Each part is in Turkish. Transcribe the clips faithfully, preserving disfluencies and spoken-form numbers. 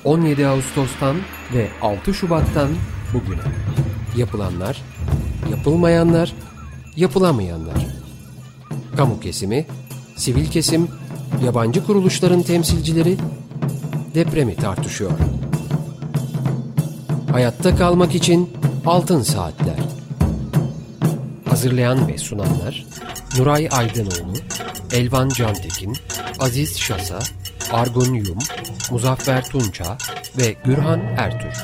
on yedi Ağustos'tan ve altı Şubat'tan bugüne. Yapılanlar, yapılmayanlar, yapılamayanlar. Kamu kesimi, sivil kesim, yabancı kuruluşların temsilcileri depremi tartışıyor. Hayatta kalmak için altın saatler. Hazırlayan ve sunanlar Nuray Aydınoğlu, Elvan Cantekin, Aziz Şasa, Argun Yum, Muzaffer Tunça ve Gürhan Ertür.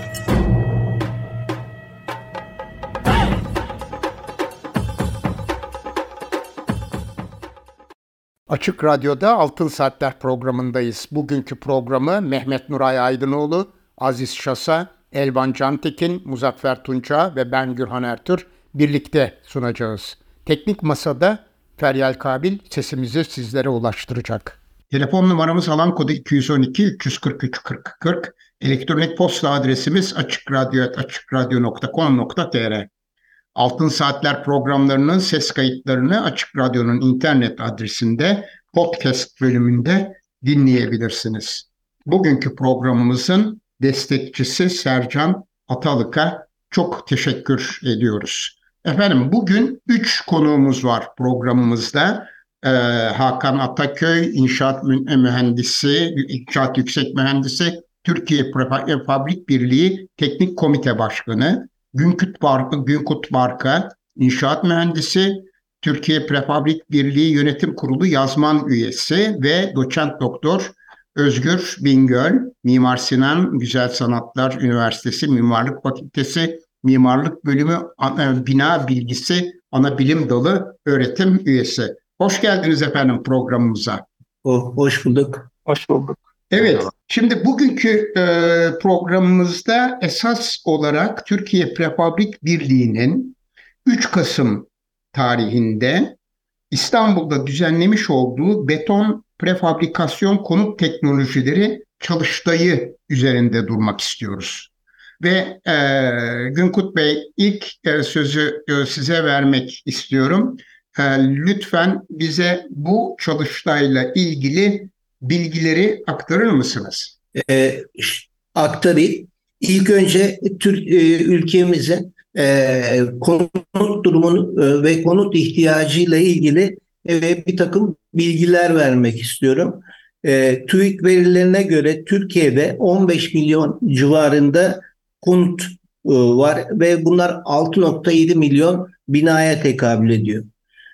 Açık Radyo'da Altın Saatler programındayız. Bugünkü programı Mehmet Nuray Aydınoğlu, Aziz Şasa, Elvan Cantekin, Muzaffer Tunça ve ben Gürhan Ertür birlikte sunacağız. Teknik Masa'da Feryal Kabil sesimizi sizlere ulaştıracak. Telefon numaramız alan kodu iki yüz on iki üç yüz kırk üç kırk kırk. Elektronik posta adresimiz açıkradyo at açıkradyo nokta com nokta tr. Altın Saatler programlarının ses kayıtlarını Açık Radyo'nun internet adresinde podcast bölümünde dinleyebilirsiniz. Bugünkü programımızın destekçisi Sercan Atalık'a çok teşekkür ediyoruz. Efendim bugün üç konuğumuz var programımızda. Ee, Hakan Ataköy, İnşaat Mühendisi, İnşaat Yüksek Mühendisi, Türkiye Prefabrik Birliği Teknik Komite Başkanı. Günkut Barka, Günkut Barka, İnşaat Mühendisi, Türkiye Prefabrik Birliği Yönetim Kurulu Yazman Üyesi ve Doçent Doktor Özgür Bingöl, Mimar Sinan Güzel Sanatlar Üniversitesi Mimarlık Fakültesi Mimarlık Bölümü Bina Bilgisi Anabilim Dalı Öğretim Üyesi. Hoş geldiniz efendim programımıza. Oh, hoş bulduk. Hoş bulduk. Evet, şimdi bugünkü e, programımızda esas olarak Türkiye Prefabrik Birliği'nin üç Kasım tarihinde İstanbul'da düzenlemiş olduğu beton prefabrikasyon konut teknolojileri çalıştayı üzerinde durmak istiyoruz. Ve e, Günkut Bey ilk e, sözü e, size vermek istiyorum. E, lütfen bize bu çalıştayla ilgili bilgileri aktarır mısınız? E, aktarayım. İlk önce Türk e, ülkemizin e, konut durumunu e, ve konut ihtiyacıyla ilgili e, bir takım bilgiler vermek istiyorum. E, TÜİK verilerine göre Türkiye'de on beş milyon civarında konut e, var ve bunlar altı nokta yedi milyon binaya tekabül ediyor.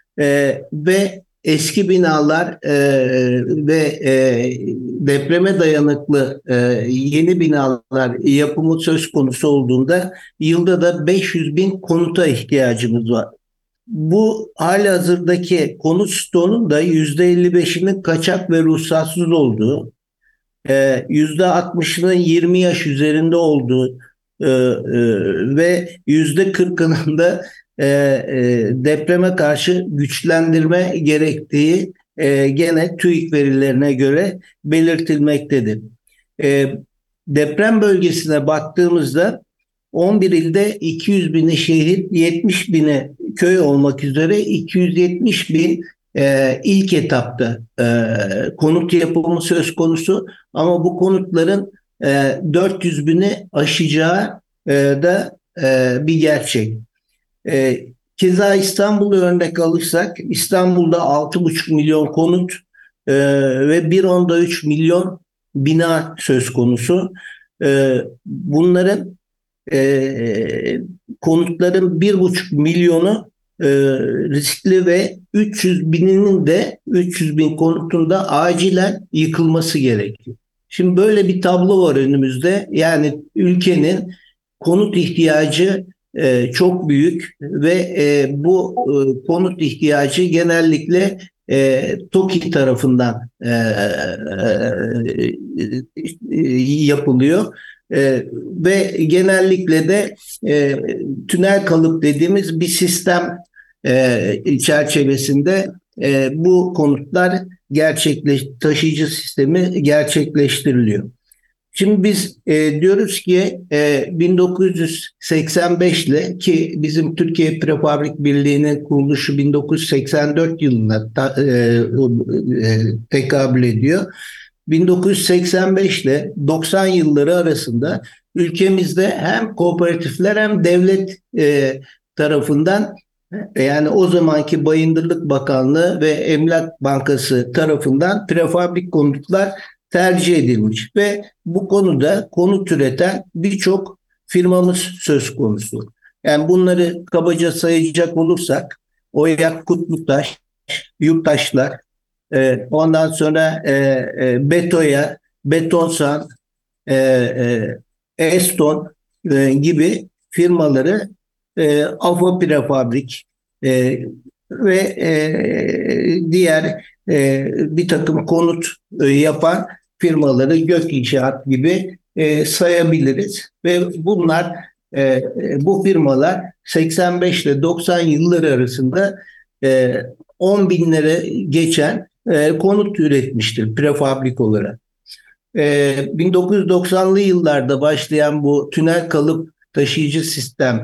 E, ve eski binalar e, ve e, depreme dayanıklı e, yeni binalar yapımı söz konusu olduğunda yılda da beş yüz bin konuta ihtiyacımız var. Bu halihazırdaki konut stoğunun da yüzde elli beşinin kaçak ve ruhsatsız olduğu, e, yüzde altmışının yirmi yaş üzerinde olduğu e, e, ve yüzde kırkının da E, e, depreme karşı güçlendirme gerektiği e, gene TÜİK verilerine göre belirtilmektedir. E, deprem bölgesine baktığımızda on bir ilde iki yüz bini şehir, yetmiş bini köy olmak üzere iki yüz yetmiş bin e, ilk etapta e, konut yapımı söz konusu ama bu konutların e, dört yüz bini aşacağı e, da e, bir gerçek. E, keza İstanbul'u örnek alırsak İstanbul'da altı buçuk milyon konut e, ve bir nokta üç milyon bina söz konusu. E, bunların e, konutların bir buçuk milyonu e, riskli ve üç yüz bininin de üç yüz bin konutun da acilen yıkılması gerekiyor. Şimdi böyle bir tablo var önümüzde. Yani ülkenin konut ihtiyacı Ee, çok büyük ve e, bu e, konut ihtiyacı genellikle e, TOKİ tarafından e, e, yapılıyor e, ve genellikle de e, tünel kalıp dediğimiz bir sistem e, çerçevesinde e, bu konutlar gerçekleş taşıyıcı sistemi gerçekleştiriliyor. Şimdi biz e, diyoruz ki e, bin dokuz yüz seksen beş ile ki bizim Türkiye Prefabrik Birliği'nin kuruluşu bin dokuz yüz seksen dört yılına ta, e, e, tekabül ediyor. bin dokuz yüz seksen beş ile doksan yılları arasında ülkemizde hem kooperatifler hem devlet e, tarafından, yani o zamanki Bayındırlık Bakanlığı ve Emlak Bankası tarafından prefabrik konutlar tercih edilmiş ve bu konuda konut üreten birçok firmamız söz konusu. Yani bunları kabaca sayacak olursak Oyak Kutlutaş, Yurttaşlar, e, ondan sonra e, e, Betoya, Betonsan, e, e, Eston e, gibi firmaları, e, Afo Prefabrik e, ve e, diğer e, bir takım konut e, yapan firmaları Gök İnşaat gibi e, sayabiliriz. Ve bunlar e, bu firmalar seksen beş ile doksan yılları arasında e, on binlere geçen e, konut üretmiştir prefabrik olarak. E, bin dokuz yüz doksanlı yıllarda başlayan bu tünel kalıp taşıyıcı sistemle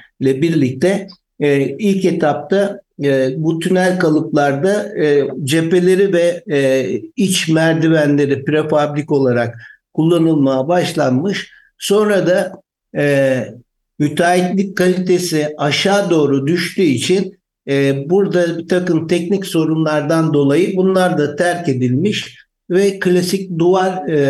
birlikte e, ilk etapta e, bu tünel kalıplarda e, cepheleri ve e, iç merdivenleri prefabrik olarak kullanılmaya başlanmış. Sonra da e, müteahhitlik kalitesi aşağı doğru düştüğü için e, burada bir takım teknik sorunlardan dolayı bunlar da terk edilmiş ve klasik duvar e,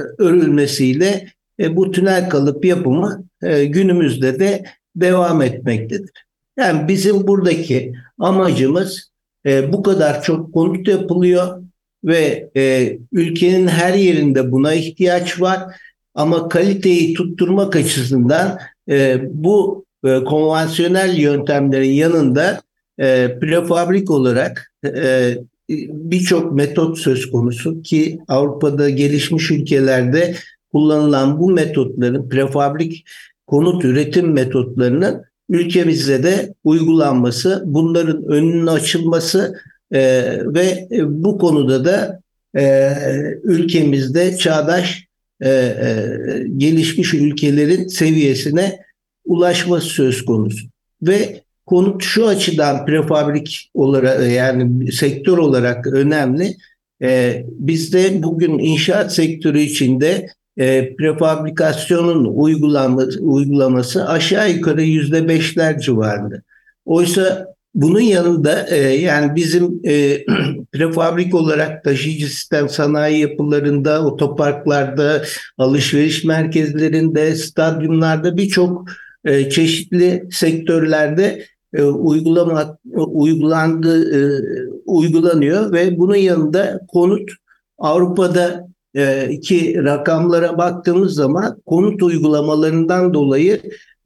örülmesiyle e, bu tünel kalıp yapımı e, günümüzde de devam etmektedir. Yani bizim buradaki amacımız, e, bu kadar çok konut yapılıyor ve e, ülkenin her yerinde buna ihtiyaç var ama kaliteyi tutturmak açısından e, bu e, konvansiyonel yöntemlerin yanında e, prefabrik olarak e, birçok metot söz konusu ki Avrupa'da gelişmiş ülkelerde kullanılan bu metotların, prefabrik konut üretim metotlarının ülkemizde de uygulanması, bunların önünün açılması e, ve bu konuda da e, ülkemizde çağdaş e, e, gelişmiş ülkelerin seviyesine ulaşması söz konusu. Ve konut şu açıdan prefabrik olarak, yani sektör olarak önemli. E, bizde bugün inşaat sektörü içinde e, prefabrikasyonun uygulanması, uygulaması aşağı yukarı yüzde beşler civarında. Oysa bunun yanında e, yani bizim e, prefabrik olarak taşıyıcı sistem sanayi yapılarında, otoparklarda, alışveriş merkezlerinde, stadyumlarda birçok e, çeşitli sektörlerde e, uygulama uygulandı e, uygulanıyor ve bunun yanında konut Avrupa'da e, ki rakamlara baktığımız zaman konut uygulamalarından dolayı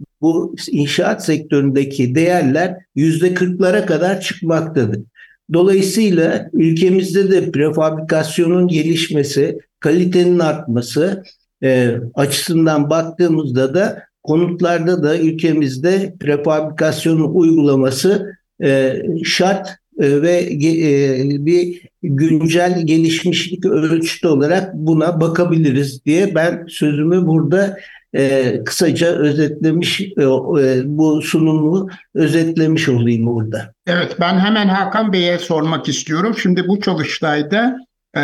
bu inşaat sektöründeki değerler yüzde kırklara kadar çıkmaktadır. Dolayısıyla ülkemizde de prefabrikasyonun gelişmesi, kalitenin artması e, açısından baktığımızda da konutlarda da ülkemizde prefabrikasyonun uygulaması e, şart e, ve e, bir güncel gelişmişlik ölçütü olarak buna bakabiliriz diye ben sözümü burada e, kısaca özetlemiş, e, e, bu sunumu özetlemiş olayım burada. Evet, ben hemen Hakan Bey'e sormak istiyorum. Şimdi bu çalıştayda e,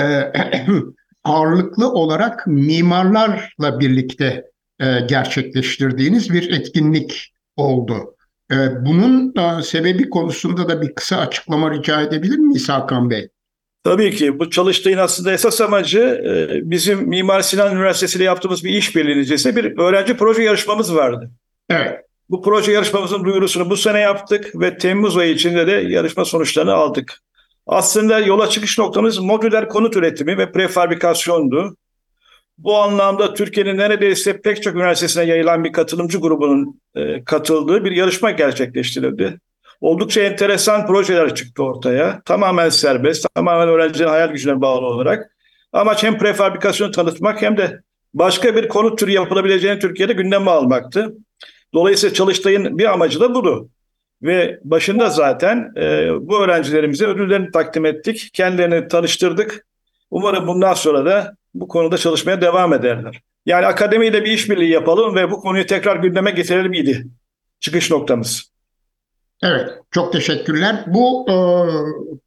ağırlıklı olarak mimarlarla birlikte e, gerçekleştirdiğiniz bir etkinlik oldu. E, bunun e, sebebi konusunda da bir kısa açıklama rica edebilir miyiz Hakan Bey? Tabii ki bu çalıştayın aslında esas amacı e, bizim Mimar Sinan Üniversitesi ile yaptığımız bir işbirliği neticesinde bir öğrenci proje yarışmamız vardı. Evet. Bu proje yarışmamızın duyurusunu bu sene yaptık ve Temmuz ayı içinde de yarışma sonuçlarını aldık. Aslında yola çıkış noktamız modüler konut üretimi ve prefabrikasyondu. Bu anlamda Türkiye'nin neredeyse pek çok üniversitesine yayılan bir katılımcı grubunun e, katıldığı bir yarışma gerçekleştirildi. Oldukça enteresan projeler çıktı ortaya. Tamamen serbest, tamamen öğrencilerin hayal gücüne bağlı olarak. Amaç hem prefabrikasyonu tanıtmak hem de başka bir konut türü yapılabileceğini Türkiye'de gündeme almaktı. Dolayısıyla çalıştayın bir amacı da budu. Ve başında zaten e, bu öğrencilerimize ödüllerini takdim ettik. Kendilerini tanıştırdık. Umarım bundan sonra da bu konuda çalışmaya devam ederler. Yani akademiyle bir işbirliği yapalım ve bu konuyu tekrar gündeme getirelim idi çıkış noktamız. Evet, çok teşekkürler. Bu e,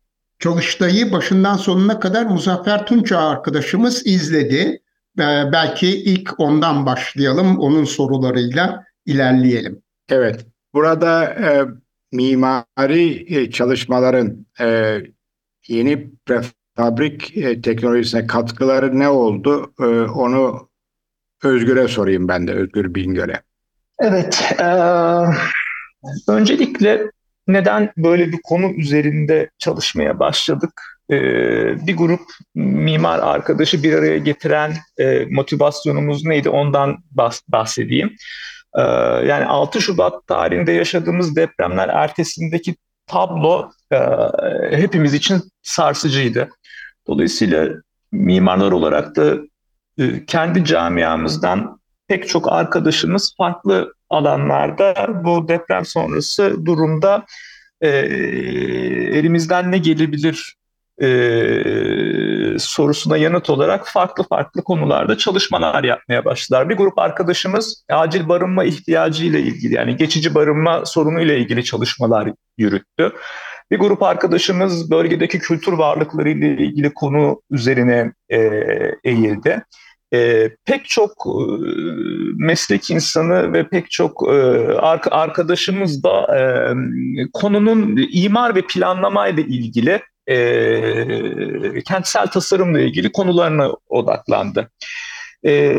Çalıştayı başından sonuna kadar Muzaffer Tunça arkadaşımız izledi. Ee, belki ilk ondan başlayalım, onun sorularıyla ilerleyelim. Evet, burada e, mimari e, çalışmaların e, yeni prefabrik e, teknolojisine katkıları ne oldu? E, onu Özgür'e sorayım ben de, Özgür Bingöl'e. Evet, eee, öncelikle neden böyle bir konu üzerinde çalışmaya başladık? Eee, bir grup mimar arkadaşı bir araya getiren eee, motivasyonumuz neydi? Ondan bahs- bahsedeyim. Eee, yani altı Şubat tarihinde yaşadığımız depremler ertesindeki tablo eee, hepimiz için sarsıcıydı. Dolayısıyla mimarlar olarak da e, kendi camiamızdan pek çok arkadaşımız farklı alanlarda bu deprem sonrası durumda e, elimizden ne gelebilir e, sorusuna yanıt olarak farklı farklı konularda çalışmalar yapmaya başladılar. Bir grup arkadaşımız acil barınma ihtiyacı ile ilgili, yani geçici barınma sorunu ile ilgili çalışmalar yürüttü. Bir grup arkadaşımız bölgedeki kültür varlıkları ile ilgili konu üzerine e, eğildi. E, pek çok e, meslek insanı ve pek çok e, arkadaşımız da e, konunun imar ve planlama ile ilgili, e, kentsel tasarımla ilgili konularına odaklandı. E,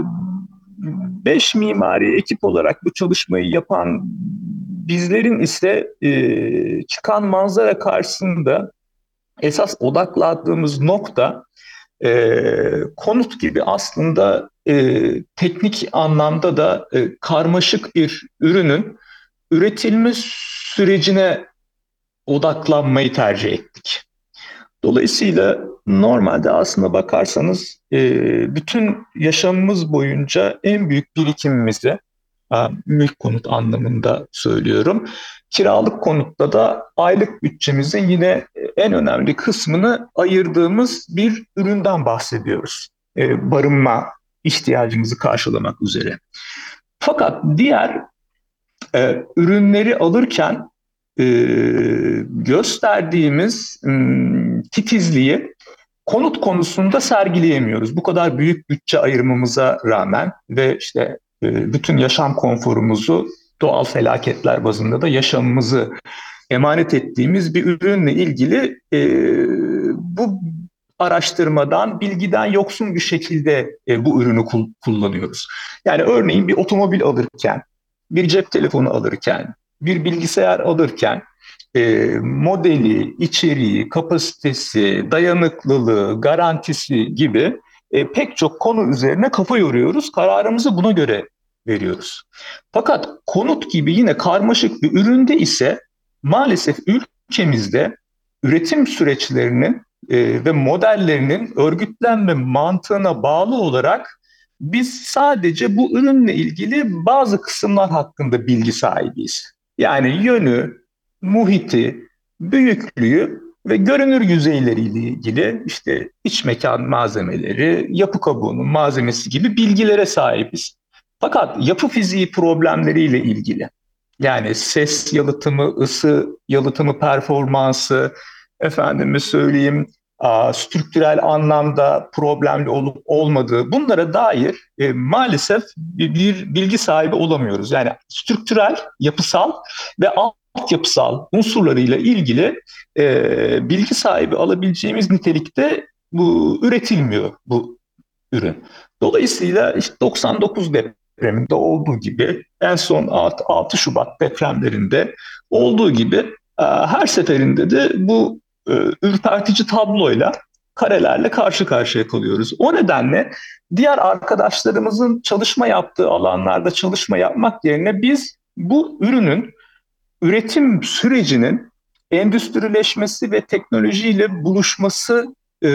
beş mimari ekip olarak bu çalışmayı yapan bizlerin ise e, çıkan manzara karşısında esas odaklandığımız nokta, e, konut gibi aslında e, teknik anlamda da e, karmaşık bir ürünün üretilme sürecine odaklanmayı tercih ettik. Dolayısıyla normalde aslında bakarsanız e, bütün yaşamımız boyunca en büyük birikimimizi, ha, mülk konut anlamında söylüyorum, kiralık konutta da aylık bütçemizin yine en önemli kısmını ayırdığımız bir üründen bahsediyoruz. E, barınma ihtiyacımızı karşılamak üzere. Fakat diğer e, ürünleri alırken e, gösterdiğimiz m, titizliği konut konusunda sergileyemiyoruz. Bu kadar büyük bütçe ayırmamıza rağmen ve işte e, bütün yaşam konforumuzu doğal felaketler bazında da yaşamımızı emanet ettiğimiz bir ürünle ilgili e, bu araştırmadan, bilgiden yoksun bir şekilde e, bu ürünü kul- kullanıyoruz. Yani örneğin bir otomobil alırken, bir cep telefonu alırken, bir bilgisayar alırken e, modeli, içeriği, kapasitesi, dayanıklılığı, garantisi gibi e, pek çok konu üzerine kafa yoruyoruz. Kararımızı buna göre veriyoruz. Fakat konut gibi yine karmaşık bir üründe ise maalesef ülkemizde üretim süreçlerinin e, ve modellerinin örgütlenme mantığına bağlı olarak biz sadece bu ürünle ilgili bazı kısımlar hakkında bilgi sahibiyiz. Yani yönü, muhiti, büyüklüğü ve görünür yüzeyleriyle ilgili işte iç mekan malzemeleri, yapı kabuğunun malzemesi gibi bilgilere sahibiz. Fakat yapı fiziği problemleriyle ilgili, yani ses yalıtımı, ısı yalıtımı performansı, efendime söyleyeyim, a, strüktürel anlamda problemli olup olmadığı, bunlara dair e, maalesef bir, bir bilgi sahibi olamıyoruz. Yani strüktürel, yapısal ve altyapısal unsurlarıyla ilgili e, bilgi sahibi alabileceğimiz nitelikte bu üretilmiyor bu ürün. Dolayısıyla işte doksan dokuz depreminde olduğu gibi, en son altı Şubat depremlerinde olduğu gibi e, her seferinde de bu e, ürpertici tabloyla, karelerle karşı karşıya kalıyoruz. O nedenle diğer arkadaşlarımızın çalışma yaptığı alanlarda çalışma yapmak yerine biz bu ürünün üretim sürecinin endüstrileşmesi ve teknolojiyle buluşması e,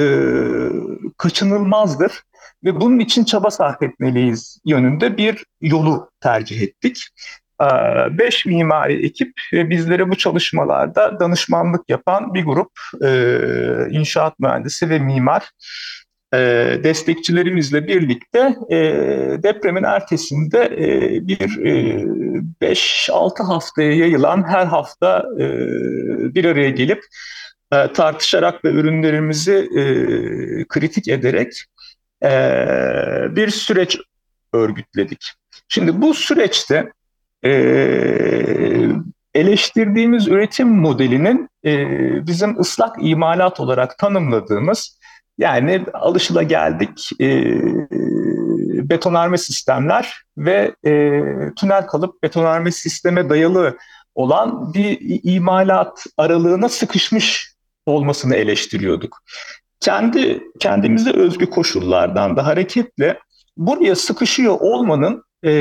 kaçınılmazdır ve bunun için çaba sarf etmeliyiz yönünde bir yolu tercih ettik. E, beş mimari ekip ve bizlere bu çalışmalarda danışmanlık yapan bir grup e, inşaat mühendisi ve mimar e, destekçilerimizle birlikte e, depremin ertesinde e, bir e, beş altı haftaya yayılan, her hafta e, bir araya gelip e, tartışarak ve ürünlerimizi e, kritik ederek e, bir süreç örgütledik. Şimdi bu süreçte e, eleştirdiğimiz üretim modelinin e, bizim ıslak imalat olarak tanımladığımız, yani alışılageldik e, betonarme sistemler ve e, tünel kalıp betonarme sisteme dayalı olan bir imalat aralığına sıkışmış olmasını eleştiriyorduk. Kendi kendimize özgü koşullardan da hareketle buraya sıkışıyor olmanın e,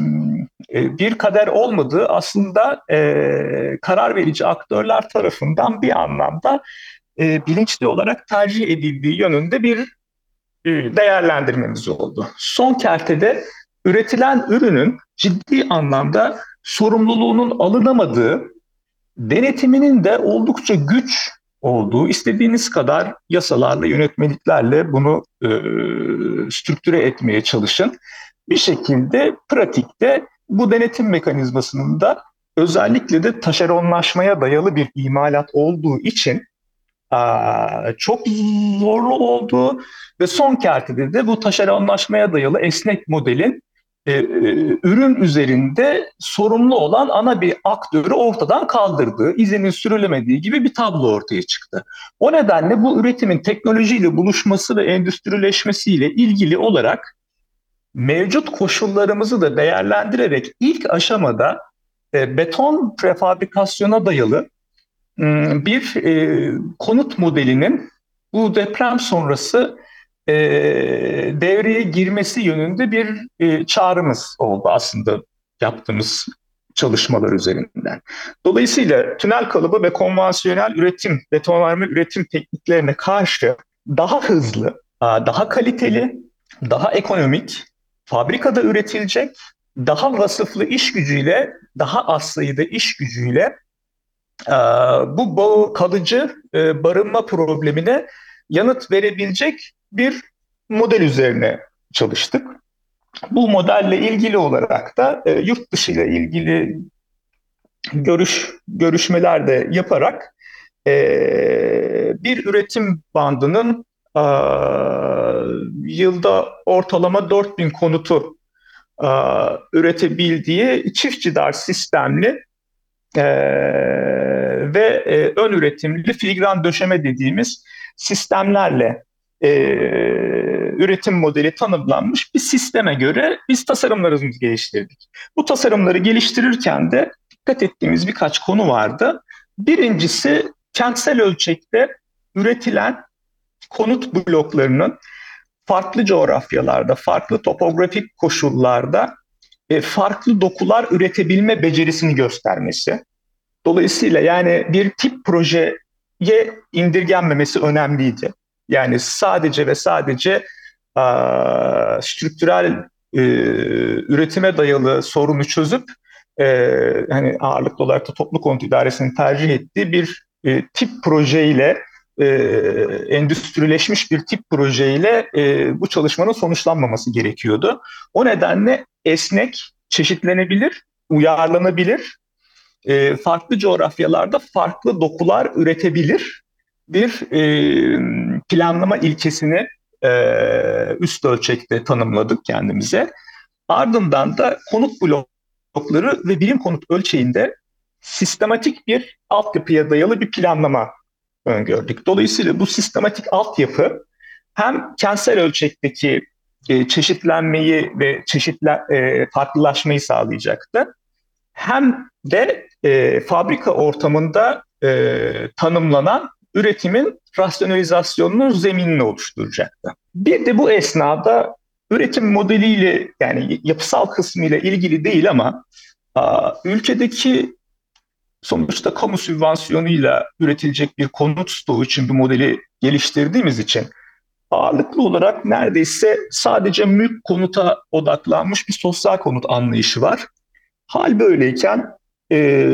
e, bir kader olmadığı aslında e, karar verici aktörler tarafından bir anlamda e, bilinçli olarak tercih edildiği yönünde bir e, değerlendirmemiz oldu. Son kertede üretilen ürünün ciddi anlamda sorumluluğunun alınamadığı, denetiminin de oldukça güç olduğu, istediğiniz kadar yasalarla, yönetmeliklerle bunu e, strüktüre etmeye çalışın. Bir şekilde pratikte bu denetim mekanizmasının da özellikle de taşeronlaşmaya dayalı bir imalat olduğu için aa, çok zorlu olduğu ve son kertede de bu taşeronlaşmaya dayalı esnek modelin e, e, ürün üzerinde sorumlu olan ana bir aktörü ortadan kaldırdığı, izinin sürülemediği gibi bir tablo ortaya çıktı. O nedenle bu üretimin teknolojiyle buluşması ve endüstrileşmesiyle ilgili olarak mevcut koşullarımızı da değerlendirerek ilk aşamada e, beton prefabrikasyona dayalı m, bir e, konut modelinin bu deprem sonrası e, devreye girmesi yönünde bir e, çağrımız oldu aslında yaptığımız çalışmalar üzerinden. Dolayısıyla tünel kalıbı ve konvansiyonel üretim, betonarme üretim tekniklerine karşı daha hızlı, daha kaliteli, daha ekonomik, fabrikada üretilecek, daha vasıflı iş gücüyle, daha az sayıda iş gücüyle e, bu, bu kalıcı e, barınma problemine yanıt verebilecek bir model üzerine çalıştık. Bu modelle ilgili olarak da e, yurt dışı ile ilgili görüş görüşmeler de yaparak e, bir üretim bandının e, yılda ortalama dört bin konutu e, üretebildiği çift cidar sistemli e, ve e, ön üretimli filigran döşeme dediğimiz sistemlerle e, üretim modeli tanımlanmış bir sisteme göre biz tasarımlarımızı geliştirdik. Bu tasarımları geliştirirken de dikkat ettiğimiz birkaç konu vardı. Birincisi, kentsel ölçekte üretilen konut bloklarının farklı coğrafyalarda, farklı topografik koşullarda e, farklı dokular üretebilme becerisini göstermesi. Dolayısıyla yani bir tip projeye indirgenmemesi önemliydi. Yani sadece ve sadece a, strüktürel e, üretime dayalı sorunu çözüp e, hani ağırlıklı olarak da toplu konut idaresinin tercih ettiği bir e, tip projeyle e, endüstrileşmiş bir tip projeyle e, bu çalışmanın sonuçlanmaması gerekiyordu. O nedenle esnek, çeşitlenebilir, uyarlanabilir, e, farklı coğrafyalarda farklı dokular üretebilir bir e, planlama ilkesini e, üst ölçekte tanımladık kendimize. Ardından da konut blokları ve birim konut ölçeğinde sistematik bir altyapıya dayalı bir planlama öngördük. Dolayısıyla bu sistematik altyapı hem kentsel ölçekteki e, çeşitlenmeyi ve çeşitle, e, farklılaşmayı sağlayacaktı. Hem de e, fabrika ortamında e, tanımlanan üretimin rasyonalizasyonunun zeminini oluşturacaktı. Bir de bu esnada üretim modeliyle, yani yapısal kısmıyla ilgili değil ama a, ülkedeki sonuçta kamu sübvansiyonuyla üretilecek bir konut stoğu için bu modeli geliştirdiğimiz için ağırlıklı olarak neredeyse sadece mülk konuta odaklanmış bir sosyal konut anlayışı var. Hal böyleyken e,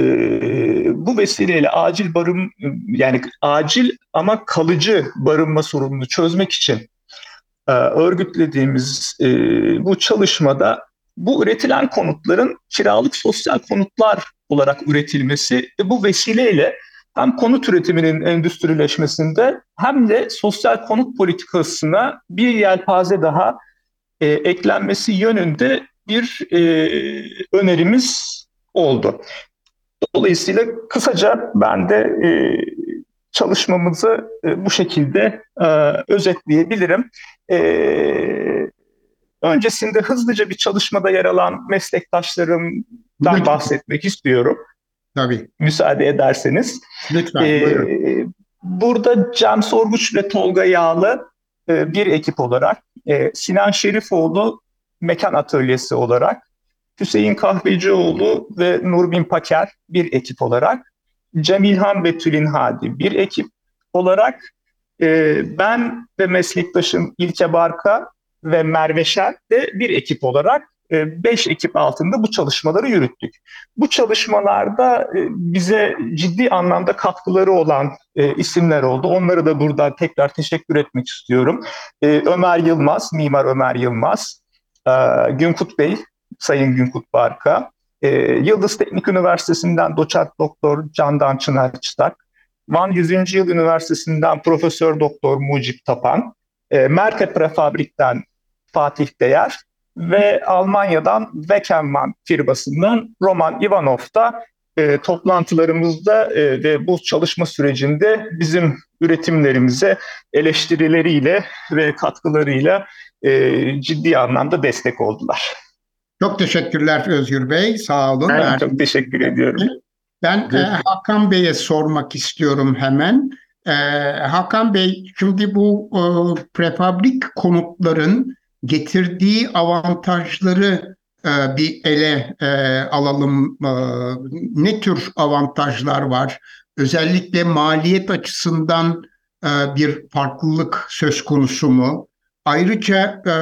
bu vesileyle acil barın, yani acil ama kalıcı barınma sorununu çözmek için e, örgütlediğimiz e, bu çalışmada bu üretilen konutların kiralık sosyal konutlar olarak üretilmesi ve bu vesileyle hem konut üretiminin endüstrileşmesinde hem de sosyal konut politikasına bir yelpaze daha e, eklenmesi yönünde bir e, önerimiz oldu. Dolayısıyla kısaca ben de e, çalışmamızı e, bu şekilde e, özetleyebilirim. E, öncesinde hızlıca bir çalışmada yer alan meslektaşlarımdan Lütfen. bahsetmek istiyorum. Tabii. Müsaade ederseniz. Lütfen. E, burada Cem Sorguç ve Tolga Yağlı e, bir ekip olarak, e, Sinan Şerifoğlu Mekan Atölyesi olarak, Hüseyin Kahvecioğlu ve Nurbin Paker bir ekip olarak, Cem İlhan ve Tülin Hadi bir ekip olarak, e, ben ve meslektaşım İlke Barka ve Merve Şer de bir ekip olarak e, beş ekip altında bu çalışmaları yürüttük. Bu çalışmalarda e, bize ciddi anlamda katkıları olan e, isimler oldu. Onları da buradan tekrar teşekkür etmek istiyorum. E, Ömer Yılmaz, Mimar Ömer Yılmaz, e, Günkut Bey, Sayın Günkut Barka, e, Yıldız Teknik Üniversitesi'nden Doçent Doktor Candan Çınar Çıtak, Van yüzüncü. Yıl Üniversitesi'nden Profesör Doktor Mucip Tapan, e, Merke Prefabrik'ten Fatih Değer ve Almanya'dan Weckenmann firmasından Roman Ivanov da e, toplantılarımızda e, ve bu çalışma sürecinde bizim üretimlerimize eleştirileriyle ve katkılarıyla e, ciddi anlamda destek oldular. Çok teşekkürler Özgür Bey. Sağ olun. Ben Ben, çok teşekkür ediyorum. ben e, Hakan Bey'e sormak istiyorum hemen. E, Hakan Bey, şimdi bu e, prefabrik konutların getirdiği avantajları e, bir ele e, alalım. E, ne tür avantajlar var? Özellikle maliyet açısından e, bir farklılık söz konusu mu? Ayrıca e,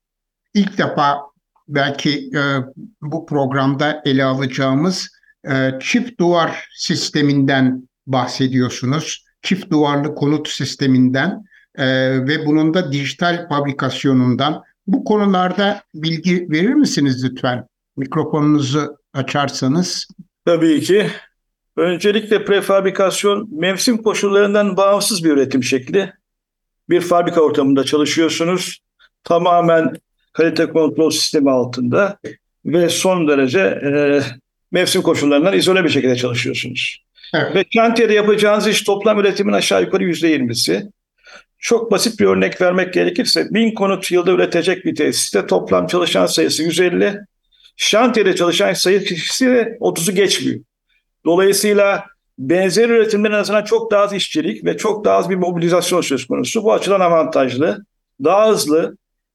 ilk defa belki e, bu programda ele alacağımız e, çift duvar sisteminden bahsediyorsunuz. Çift duvarlı konut sisteminden e, ve bunun da dijital fabrikasyonundan. Bu konularda bilgi verir misiniz lütfen? Mikrofonunuzu açarsanız. Tabii ki. Öncelikle prefabrikasyon mevsim koşullarından bağımsız bir üretim şekli. Bir fabrika ortamında çalışıyorsunuz. Tamamen kalite kontrol sistemi altında ve son derece e, mevsim koşullarından izole bir şekilde çalışıyorsunuz. Evet. Ve şantiyede yapacağınız iş toplam üretimin aşağı yukarı yüzde yirmisi. Çok basit bir örnek vermek gerekirse bin konut yılda üretecek bir tesiste toplam çalışan sayısı yüz elli. Şantiyede çalışan sayısı otuzu geçmiyor. Dolayısıyla benzer üretimlerin arasında çok daha az işçilik ve çok daha az bir mobilizasyon söz konusu. Bu açıdan avantajlı, daha hızlı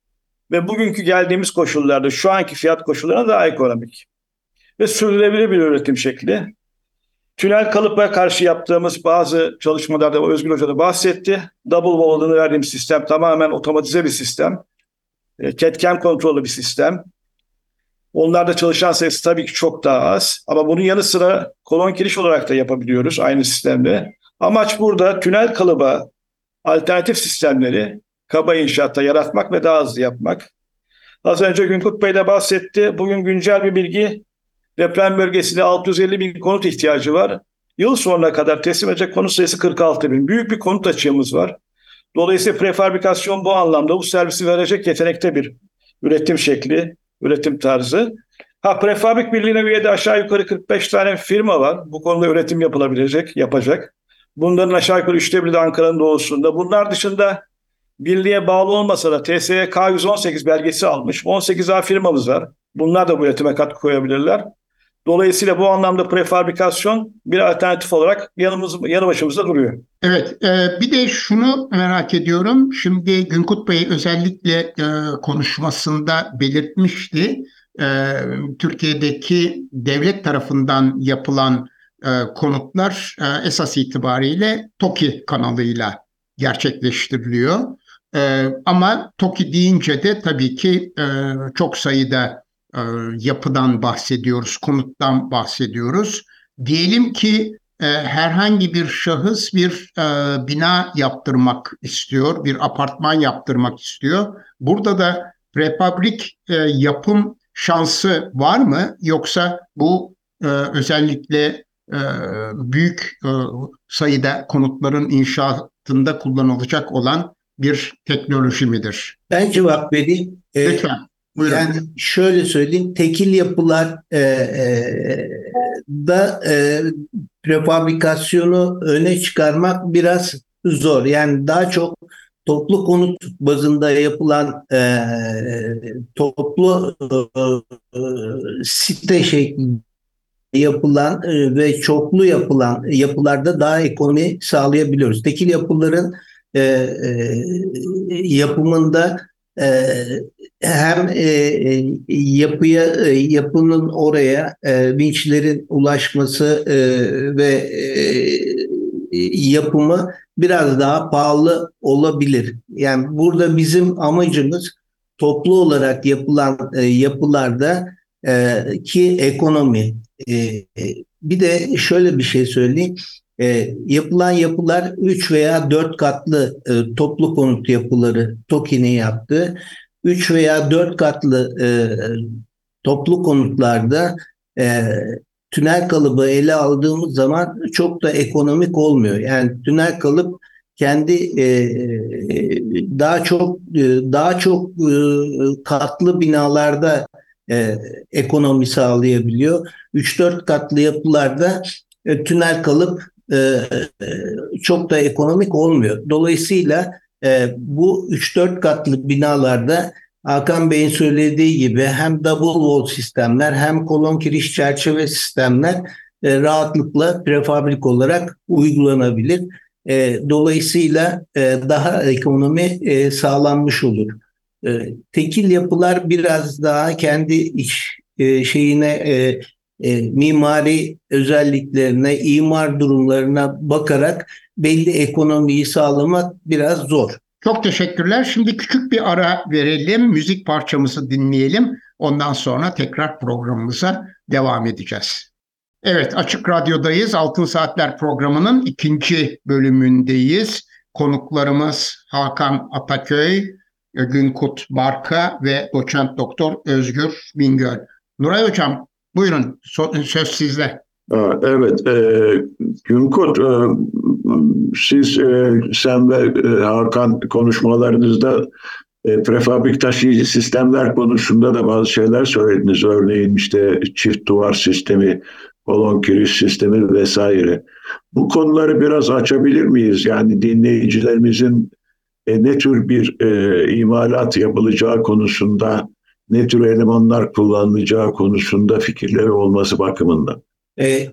ve bugünkü geldiğimiz koşullarda şu anki fiyat koşullarına daha ekonomik ve sürdürülebilir bir üretim şekli. Tünel kalıpa karşı yaptığımız bazı çalışmalarda Özgür Hoca da bahsetti. Double wall adını verdiğim sistem tamamen otomatize bir sistem. C A D/C A M kontrollü bir sistem. Onlarda çalışan sayısı tabii ki çok daha az. Ama bunun yanı sıra kolon kiriş olarak da yapabiliyoruz aynı sistemde. Amaç burada tünel kalıba alternatif sistemleri kaba inşaatta yaratmak ve daha hızlı yapmak. Az önce Günkut Bey de bahsetti. Bugün güncel bir bilgi. Deprem bölgesinde altı yüz elli bin konut ihtiyacı var. Yıl sonuna kadar teslim edecek konut sayısı kırk altı bin. Büyük bir konut açığımız var. Dolayısıyla prefabrikasyon bu anlamda bu servisi verecek yetenekte bir üretim şekli, üretim tarzı. Ha, prefabrik birliğine üye de aşağı yukarı kırk beş tane firma var. Bu konuda üretim yapılabilecek, yapacak. Bunların aşağı yukarı üçte biri de Ankara'nın doğusunda. Bunlar dışında birliğe bağlı olmasa da T S E K yüz on sekiz belgesi almış. on sekiz A firmamız var. Bunlar da bu üretime katkı koyabilirler. Dolayısıyla bu anlamda prefabrikasyon bir alternatif olarak yanımız, yanı başımızda duruyor. Evet, e, bir de şunu merak ediyorum. Şimdi Günkut Bey özellikle e, konuşmasında belirtmişti. E, Türkiye'deki devlet tarafından yapılan e, konutlar e, esas itibariyle TOKİ kanalıyla gerçekleştiriliyor. E, ama TOKİ deyince de tabii ki e, çok sayıda e, yapıdan bahsediyoruz, konuttan bahsediyoruz. Diyelim ki e, herhangi bir şahıs bir e, bina yaptırmak istiyor, bir apartman yaptırmak istiyor. Burada da prefabrik e, yapım şansı var mı? Yoksa bu e, özellikle e, büyük e, sayıda konutların inşaatında kullanılacak olan bir teknoloji midir? Ben cevap vereyim. Ee, Lütfen, buyurun. Yani şöyle söyleyeyim, tekil yapılar e, e, da e, prefabrikasyonu öne çıkarmak biraz zor. Yani daha çok toplu konut bazında yapılan e, toplu e, site şeklinde yapılan e, ve çoklu yapılan yapılarda daha ekonomi sağlayabiliyoruz. Tekil yapıların e, e, yapımında e, hem e, e, yapıya e, yapının oraya e, vinçlerin ulaşması e, ve e, yapımı biraz daha pahalı olabilir. Yani burada bizim amacımız toplu olarak yapılan e, yapılarda e, ki ekonomi. E, Bir de şöyle bir şey söyleyeyim. E, yapılan yapılar üç veya dört katlı e, toplu konut yapıları TOKİ'nin yaptığı. Üç veya dört katlı e, toplu konutlarda e, tünel kalıbı ele aldığımız zaman çok da ekonomik olmuyor. Yani tünel kalıp kendi e, daha çok e, daha çok e, katlı binalarda e, ekonomi sağlayabiliyor. Üç dört katlı yapılarda e, tünel kalıp e, e, çok da ekonomik olmuyor. Dolayısıyla e, bu üç dört katlı binalarda Hakan Bey'in söylediği gibi hem double wall sistemler hem kolon kiriş çerçeve sistemler e, rahatlıkla prefabrik olarak uygulanabilir. E, dolayısıyla e, daha ekonomi e, sağlanmış olur. E, tekil yapılar biraz daha kendi iç e, şeyine e, e, mimari özelliklerine, imar durumlarına bakarak belli ekonomiyi sağlamak biraz zor. Çok teşekkürler. Şimdi küçük bir ara verelim. Müzik parçamızı dinleyelim. Ondan sonra tekrar programımıza devam edeceğiz. Evet, Açık Radyo'dayız. Altın Saatler programının ikinci bölümündeyiz. Konuklarımız Hakan Ataköy, Günkut Barka ve doçent doktor Özgür Bingöl. Nuray Hocam, buyurun, söz sizde. Evet, e, Günkut, e, siz, e, sen ve e, Hakan konuşmalarınızda e, prefabrik taşıyıcı sistemler konusunda da bazı şeyler söylediniz. Örneğin işte çift duvar sistemi, kolon kiriş sistemi vesaire. Bu konuları biraz açabilir miyiz? Yani dinleyicilerimizin e, ne tür bir e, imalat yapılacağı konusunda, ne tür elemanlar kullanılacağı konusunda fikirleri olması bakımından. Ee,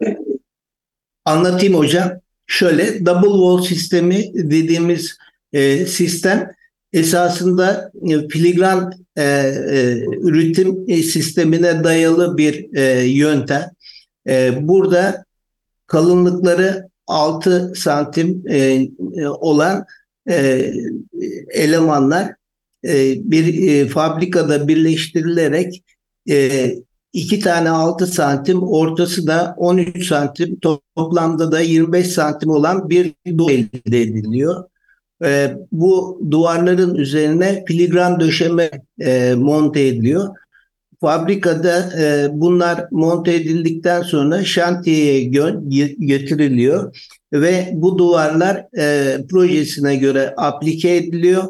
Anlatayım hocam. Şöyle double wall sistemi dediğimiz e, sistem esasında e, filigran e, e, üretim e, sistemine dayalı bir e, yöntem. E, burada kalınlıkları altı santim e, e, olan e, elemanlar e, bir e, fabrikada birleştirilerek e, iki tane altı santim, ortası da on üç santim, toplamda da yirmi beş santim olan bir duvar elde ediliyor. E, bu duvarların üzerine filigran döşeme e, monte ediliyor. Fabrikada e, bunlar monte edildikten sonra şantiyeye gö- götürülüyor ve bu duvarlar e, projesine göre aplike ediliyor.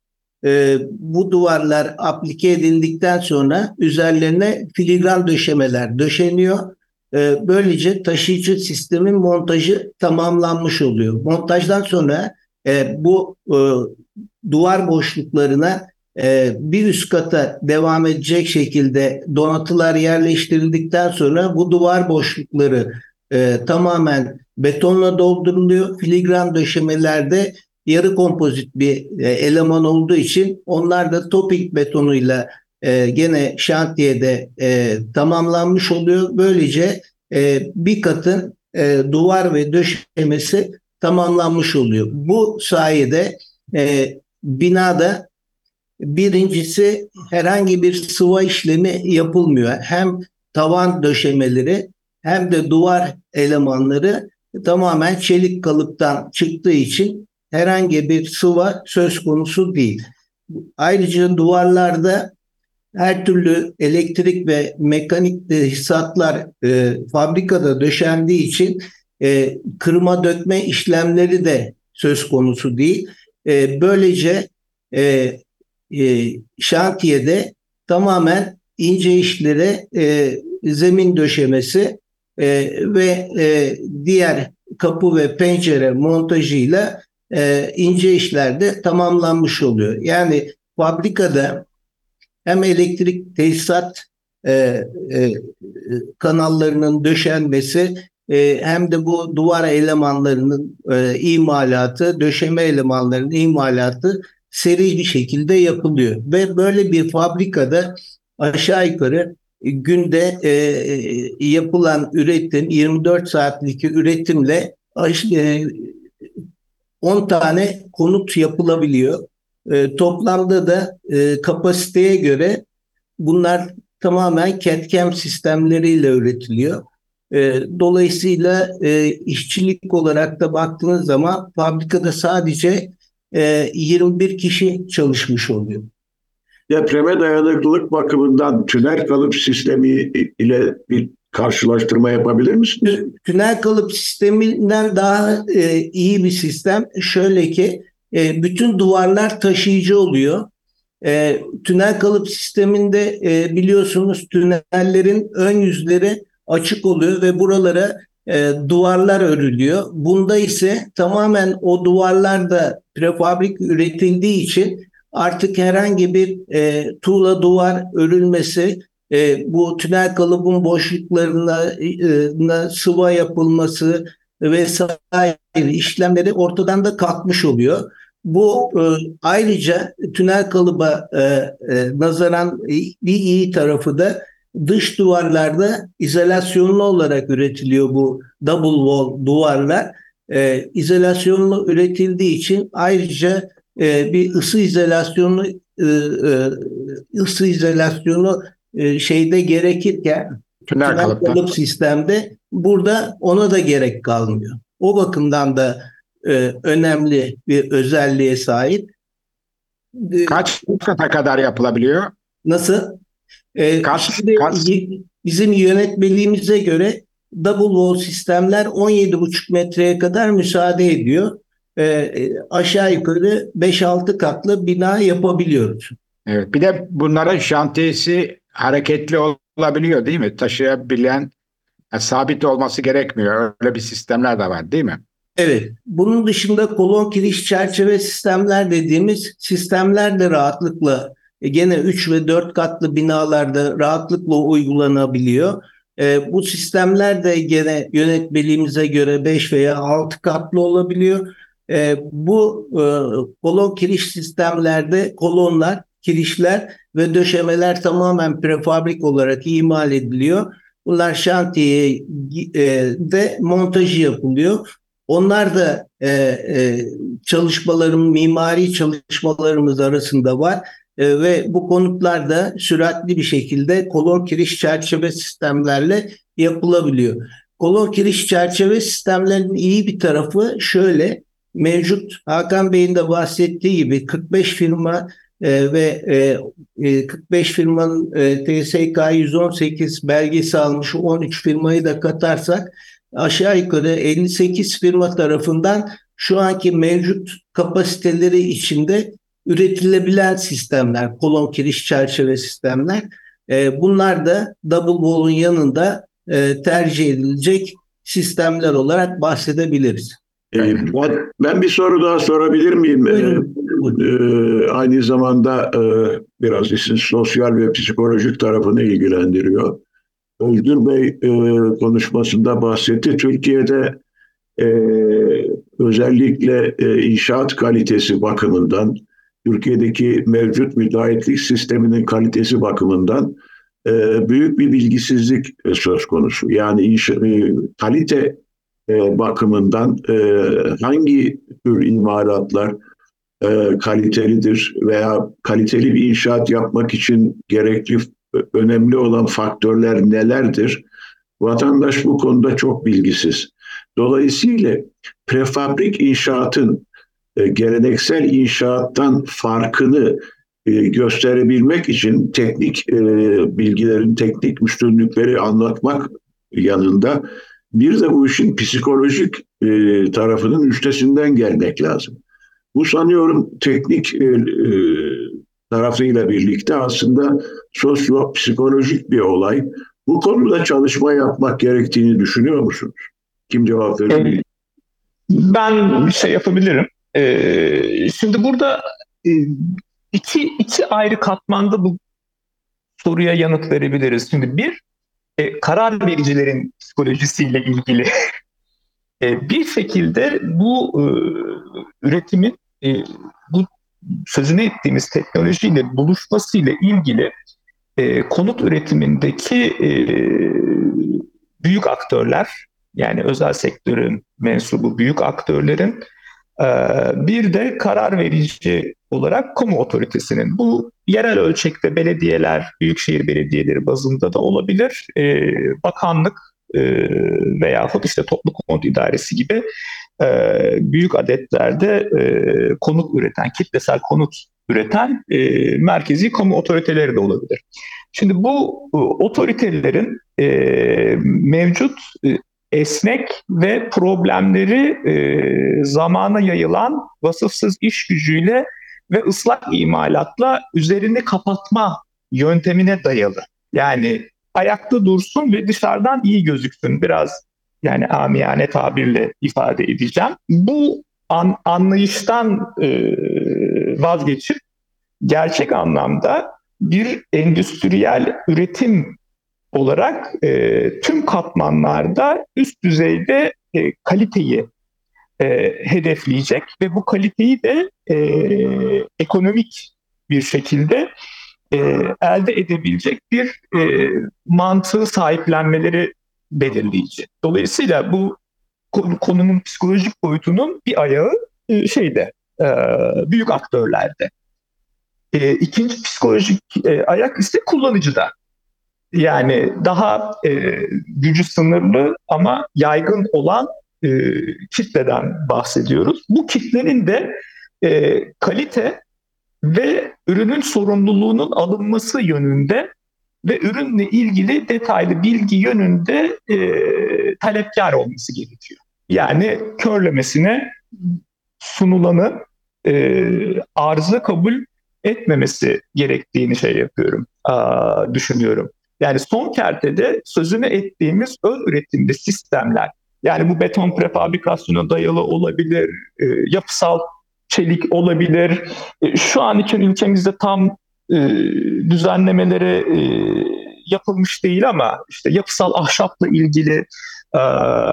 E, bu duvarlar aplike edildikten sonra üzerlerine filigran döşemeler döşeniyor. E, böylece taşıyıcı sistemin montajı tamamlanmış oluyor. Montajdan sonra e, bu e, duvar boşluklarına e, bir üst kata devam edecek şekilde donatılar yerleştirildikten sonra bu duvar boşlukları e, tamamen betonla dolduruluyor. Filigran döşemelerde yarı kompozit bir e, eleman olduğu için onlar da topik betonuyla e, gene şantiyede e, tamamlanmış oluyor. Böylece e, bir katın e, duvar ve döşemesi tamamlanmış oluyor. Bu sayede e, binada birincisi herhangi bir sıva işlemi yapılmıyor. Hem tavan döşemeleri hem de duvar elemanları tamamen çelik kalıptan çıktığı için herhangi bir sıva söz konusu değil. Ayrıca duvarlarda her türlü elektrik ve mekanik tesisatlar e, fabrikada döşendiği için e, kırma dökme işlemleri de söz konusu değil. E, böylece e, e, şantiyede tamamen ince işlere e, zemin döşemesi e, ve e, diğer kapı ve pencere montajıyla e, ince işler de tamamlanmış oluyor. Yani fabrikada hem elektrik tesisat e, e, kanallarının döşenmesi e, hem de bu duvar elemanlarının e, imalatı, döşeme elemanlarının imalatı seri bir şekilde yapılıyor. Ve böyle bir fabrikada aşağı yukarı günde e, yapılan üretim yirmi dört saatlik üretimle e, on tane konut yapılabiliyor. E, toplamda da e, kapasiteye göre bunlar tamamen C A D/C A M sistemleriyle üretiliyor. E, dolayısıyla e, işçilik olarak da baktığınız zaman fabrikada sadece e, yirmi bir kişi çalışmış oluyor. Depreme dayanıklılık bakımından tünel kalıp sistemi ile bir karşılaştırma yapabilir misiniz? Tünel kalıp sisteminden daha e, iyi bir sistem. Şöyle ki e, bütün duvarlar taşıyıcı oluyor. E, tünel kalıp sisteminde e, biliyorsunuz tünellerin ön yüzleri açık oluyor ve buralara e, duvarlar örülüyor. Bunda ise tamamen o duvarlarda prefabrik üretildiği için artık herhangi bir e, tuğla duvar örülmesi, e, bu tünel kalıbın boşluklarına e, sıva yapılması vesaire işlemleri ortadan da kalkmış oluyor. Bu e, ayrıca tünel kalıba e, e, nazaran bir iyi tarafı da dış duvarlarda izolasyonlu olarak üretiliyor bu double wall duvarlar. E, izolasyonlu üretildiği için ayrıca e, bir ısı izolasyonu e, e, ısı izolasyonu e, şeyde gerekirken Tünel tünel kalıpta. kalıp sistemde burada ona da gerek kalmıyor. O bakımdan da e, önemli bir özelliğe sahip. E, Kaç kata kadar yapılabiliyor? Nasıl? E, Kaç, şimdi kaç? bizim yönetmeliğimize göre double wall sistemler on yedi buçuk metreye kadar müsaade ediyor. E, aşağı yukarı beş altı katlı bina yapabiliyoruz. Evet. Bir de bunların şantiyesi hareketli olabiliyor değil mi? Taşıyabilen, yani sabit olması gerekmiyor. Öyle bir sistemler de var değil mi? Evet. Bunun dışında kolon kiriş çerçeve sistemler dediğimiz sistemler de rahatlıkla e, gene üç ve dört katlı binalarda rahatlıkla uygulanabiliyor. E, bu sistemler de gene yönetmeliğimize göre beş veya altı katlı olabiliyor. E, bu e, kolon kiriş sistemlerde kolonlar, kirişler ve döşemeler tamamen prefabrik olarak imal ediliyor. Bunlar şantiyede montajı yapılıyor. Onlar da e, e, çalışmalarım, mimari çalışmalarımız arasında var e, ve bu konutlar da süratli bir şekilde kolon kiriş çerçeve sistemlerle yapılabiliyor. Kolon kiriş çerçeve sistemlerinin iyi bir tarafı şöyle, mevcut Hakan Bey'in de bahsettiği gibi kırk beş firma e, ve e, kırk beş firmanın e, T S K yüz on sekiz belgesi almış on üç firmayı da katarsak aşağı yukarı elli sekiz firma tarafından şu anki mevcut kapasiteleri içinde üretilebilen sistemler, kolon kiriş çerçeve sistemler. E, bunlar da double wall'un yanında e, tercih edilecek sistemler olarak bahsedebiliriz. Ee, ben, ben bir soru daha sorabilir miyim? Buyurun. Ee, e, aynı zamanda e, biraz işin sosyal ve psikolojik tarafını ilgilendiriyor. Özgür Bey e, konuşmasında bahsetti. Türkiye'de e, özellikle e, inşaat kalitesi bakımından, Türkiye'deki mevcut müteahhitlik sisteminin kalitesi bakımından e, büyük bir bilgisizlik e, söz konusu. Yani iş, e, kalite e, bakımından e, hangi tür imalatlar e, kalitelidir veya kaliteli bir inşaat yapmak için gerekli önemli olan faktörler nelerdir? Vatandaş bu konuda çok bilgisiz. Dolayısıyla prefabrik inşaatın e, geleneksel inşaattan farkını e, gösterebilmek için teknik e, bilgilerin, teknik üstünlükleri anlatmak yanında bir de bu işin psikolojik e, tarafının üstesinden gelmek lazım. Bu sanıyorum teknik e, e, tarafıyla birlikte aslında sosyo-psikolojik bir olay. Bu konuda çalışma yapmak gerektiğini düşünüyor musunuz? Kim cevap verir? Ben bir şey yapabilirim. Ee, şimdi burada e, iki, iki ayrı katmanda bu soruya yanıt verebiliriz. Şimdi bir, e, karar vericilerin psikolojisiyle ilgili e, bir şekilde bu e, üretimin e, bu sözünü ettiğimiz teknolojiyle buluşmasıyla ilgili e, konut üretimindeki e, büyük aktörler, yani özel sektörün mensubu büyük aktörlerin e, bir de karar verici olarak kamu otoritesinin, bu yerel ölçekte belediyeler, büyükşehir belediyeleri bazında da olabilir, e, bakanlık e, veyahut işte toplu konut idaresi gibi e, büyük adetlerde e, konut üreten, kitlesel konut üreten e, merkezi kamu otoriteleri de olabilir. Şimdi bu e, otoritelerin e, mevcut e, esnek ve problemleri e, zamana yayılan vasıfsız iş gücüyle ve ıslak imalatla üzerini kapatma yöntemine dayalı. Yani ayakta dursun ve dışarıdan iyi gözüksün. Biraz yani amiyane tabirle ifade edeceğim. Bu an, anlayıştan e, vazgeçip gerçek anlamda bir endüstriyel üretim olarak e, tüm katmanlarda üst düzeyde e, kaliteyi e, hedefleyecek ve bu kaliteyi de e, ekonomik bir şekilde e, elde edebilecek bir e, mantığı sahiplenmeleri belirleyici. Dolayısıyla bu konunun psikolojik boyutunun bir ayağı e, şeyde e, büyük aktörlerde. E, ikinci psikolojik e, ayak ise kullanıcıda. Yani daha e, gücü sınırlı ama yaygın olan e, kitleden bahsediyoruz. Bu kitlenin de e, kalite ve ürünün sorumluluğunun alınması yönünde ve ürünle ilgili detaylı bilgi yönünde e, talepkar olması gerekiyor. Yani körlemesine sunulanı e, arzı kabul etmemesi gerektiğini şey yapıyorum, aa, düşünüyorum. Yani son kertede sözünü ettiğimiz ön üretimli sistemler, yani bu beton prefabrikasyona dayalı olabilir, e, yapısal çelik olabilir. E, şu an için ülkemizde tam e, düzenlemeleri e, yapılmış değil ama işte yapısal ahşapla ilgili e,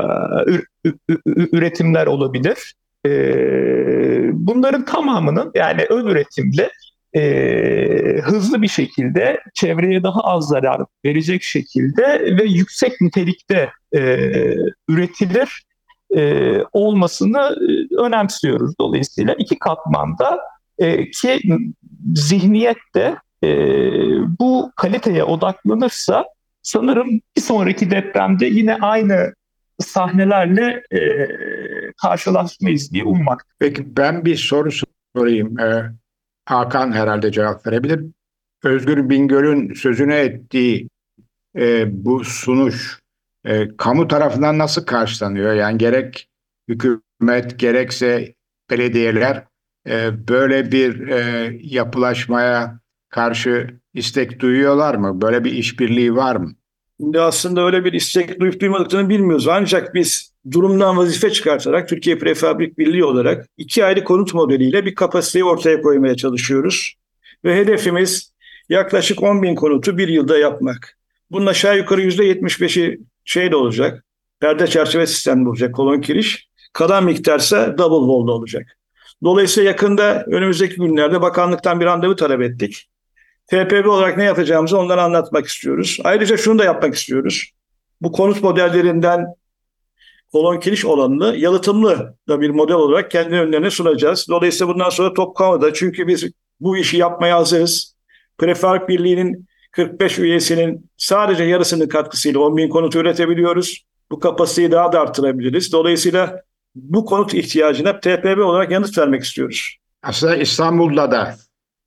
üretimler olabilir. E, bunların tamamının yani ön üretimle e, hızlı bir şekilde çevreye daha az zarar verecek şekilde ve yüksek nitelikte e, üretilir e, olmasını e, önemsiyoruz. Dolayısıyla iki katmanda e, ki zihniyet de e, bu kaliteye odaklanırsa sanırım bir sonraki depremde yine aynı sahnelerle e, karşılaşmayız diye ummak. Peki ben bir soru sorayım. Ee, Hakan herhalde cevap verebilir. Özgür Bingöl'ün sözünü ettiği e, bu sunuş e, kamu tarafından nasıl karşılanıyor? Yani gerek hükümet gerekse belediyeler e, böyle bir e, yapılaşmaya karşı istek duyuyorlar mı? Böyle bir işbirliği var mı? Şimdi aslında öyle bir istek duyup duymadıklarını bilmiyoruz. Ancak biz durumdan vazife çıkartarak Türkiye Prefabrik Birliği olarak iki ayrı konut modeliyle bir kapasiteyi ortaya koymaya çalışıyoruz. Ve hedefimiz yaklaşık on bin konutu bir yılda yapmak. Bunun aşağı yukarı yüzde yetmiş beşi şey de olacak, perde çerçeve sistemli olacak, kolon kiriş. Kalan miktarsa double wall'da olacak. Dolayısıyla yakında önümüzdeki günlerde bakanlıktan bir randevu talep ettik. T P B olarak ne yapacağımızı onlara anlatmak istiyoruz. Ayrıca şunu da yapmak istiyoruz. Bu konut modellerinden kolon kiriş olanını yalıtımlı da bir model olarak kendi önlerine sunacağız. Dolayısıyla bundan sonra top kamuda, çünkü biz bu işi yapmaya hazırız. Prefabrik Birliği'nin kırk beş üyesinin sadece yarısının katkısıyla on bin konut üretebiliyoruz. Bu kapasiteyi daha da artırabiliriz. Dolayısıyla bu konut ihtiyacına T P B olarak yanıt vermek istiyoruz. Aslında İstanbul'da da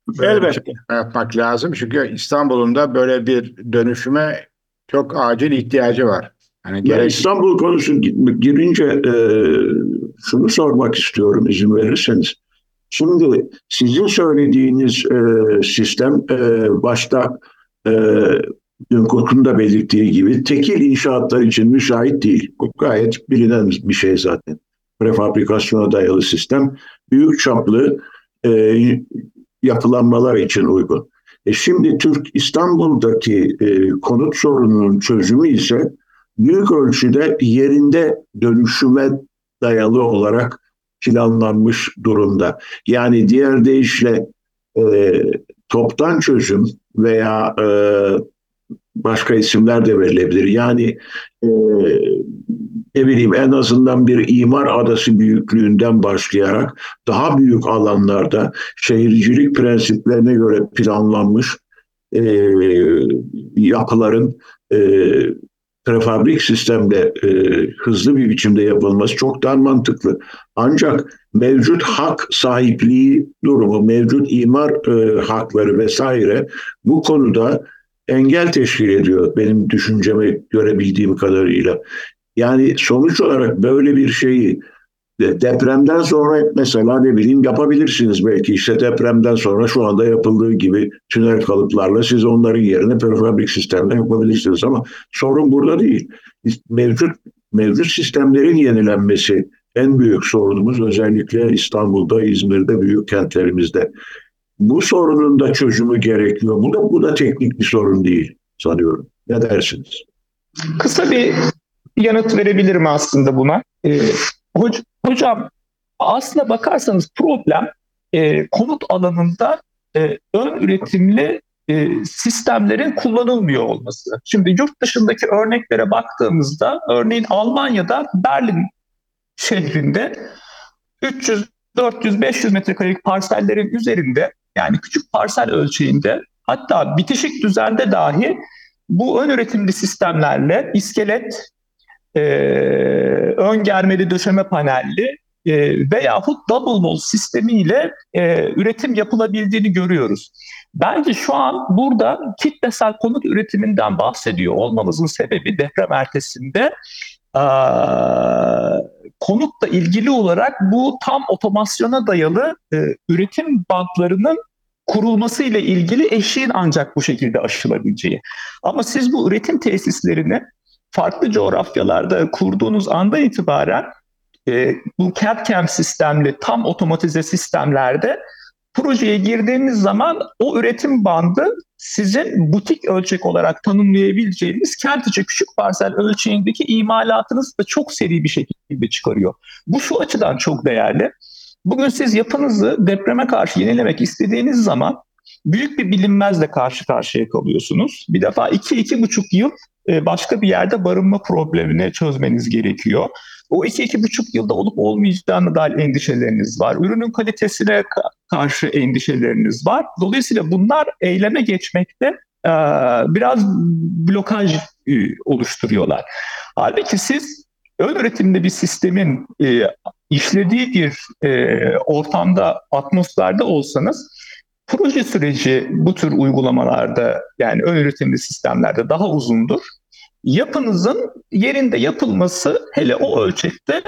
böyle bir Elbette. şey yapmak lazım. Çünkü İstanbul'un da böyle bir dönüşüme çok acil ihtiyacı var. Hani Ve gerek İstanbul konusu girince e, şunu sormak istiyorum izin verirseniz. Şimdi sizin söylediğiniz e, sistem e, başta e, Günkok'un da belirttiği gibi tekil inşaatlar için müsait değil. Bu gayet bilinen bir şey zaten. Prefabrikasyona dayalı sistem büyük çaplı e, yapılanmalar için uygun. E şimdi Türk İstanbul'daki e, konut sorununun çözümü ise büyük ölçüde yerinde dönüşüme dayalı olarak planlanmış durumda. Yani diğer deyişle e, toptan çözüm veya e, başka isimler de verilebilir. Yani e, ne bileyim en azından bir imar adası büyüklüğünden başlayarak daha büyük alanlarda şehircilik prensiplerine göre planlanmış e, yapıların e, prefabrik sistemle e, hızlı bir biçimde yapılması çok daha mantıklı. Ancak mevcut hak sahipliği durumu, mevcut imar e, hakları vesaire bu konuda engel teşkil ediyor benim düşünceme görebildiğim kadarıyla. Yani sonuç olarak böyle bir şeyi depremden sonra mesela ne bileyim yapabilirsiniz belki işte depremden sonra şu anda yapıldığı gibi tünel kalıplarla siz onların yerine prefabrik sistemle yapabilirsiniz ama sorun burada değil. Mevcut mevcut sistemlerin yenilenmesi en büyük sorunumuz özellikle İstanbul'da, İzmir'de, büyük kentlerimizde. Bu sorunun da çözümü gerekiyor. Bu da, bu da teknik bir sorun değil sanıyorum. Ne dersiniz? Kısa bir yanıt verebilirim aslında buna. Ee, hoc- hocam aslına bakarsanız problem e, konut alanında e, ön üretimli e, sistemlerin kullanılmıyor olması. Şimdi yurt dışındaki örneklere baktığımızda örneğin Almanya'da Berlin şehrinde üç yüz, dört yüz, beş yüz metrekarelik parsellerin üzerinde yani küçük parsel ölçeğinde hatta bitişik düzende dahi bu ön üretimli sistemlerle iskelet, e, ön germeli döşeme panelli e, veyahut double wall sistemiyle e, üretim yapılabildiğini görüyoruz. Bence şu an burada kitlesel konut üretiminden bahsediyor olmamızın sebebi deprem ertesinde e, konutla ilgili olarak bu tam otomasyona dayalı e, üretim bantlarının kurulması ile ilgili eşiğin ancak bu şekilde aşılabileceği. Ama siz bu üretim tesislerini farklı coğrafyalarda kurduğunuz andan itibaren e, bu C A D/C A M sistemli tam otomatize sistemlerde projeye girdiğiniz zaman o üretim bandı sizin butik ölçek olarak tanımlayabileceğiniz kent içi küçük parsel ölçeğindeki imalatınızı da çok seri bir şekilde çıkarıyor. Bu şu açıdan çok değerli. Bugün siz yapınızı depreme karşı yenilemek istediğiniz zaman büyük bir bilinmezle karşı karşıya kalıyorsunuz. Bir defa iki, iki buçuk yıl başka bir yerde barınma problemini çözmeniz gerekiyor. O iki, iki buçuk yılda olup olmayacağına dair endişeleriniz var. Ürünün kalitesine karşı endişeleriniz var. Dolayısıyla bunlar eyleme geçmekte e, biraz blokaj e, oluşturuyorlar. Halbuki siz ön üretimde bir sistemin e, işlediği bir e, ortamda, atmosferde olsanız proje süreci bu tür uygulamalarda yani ön üretimli sistemlerde daha uzundur. Yapınızın yerinde yapılması hele o ölçekte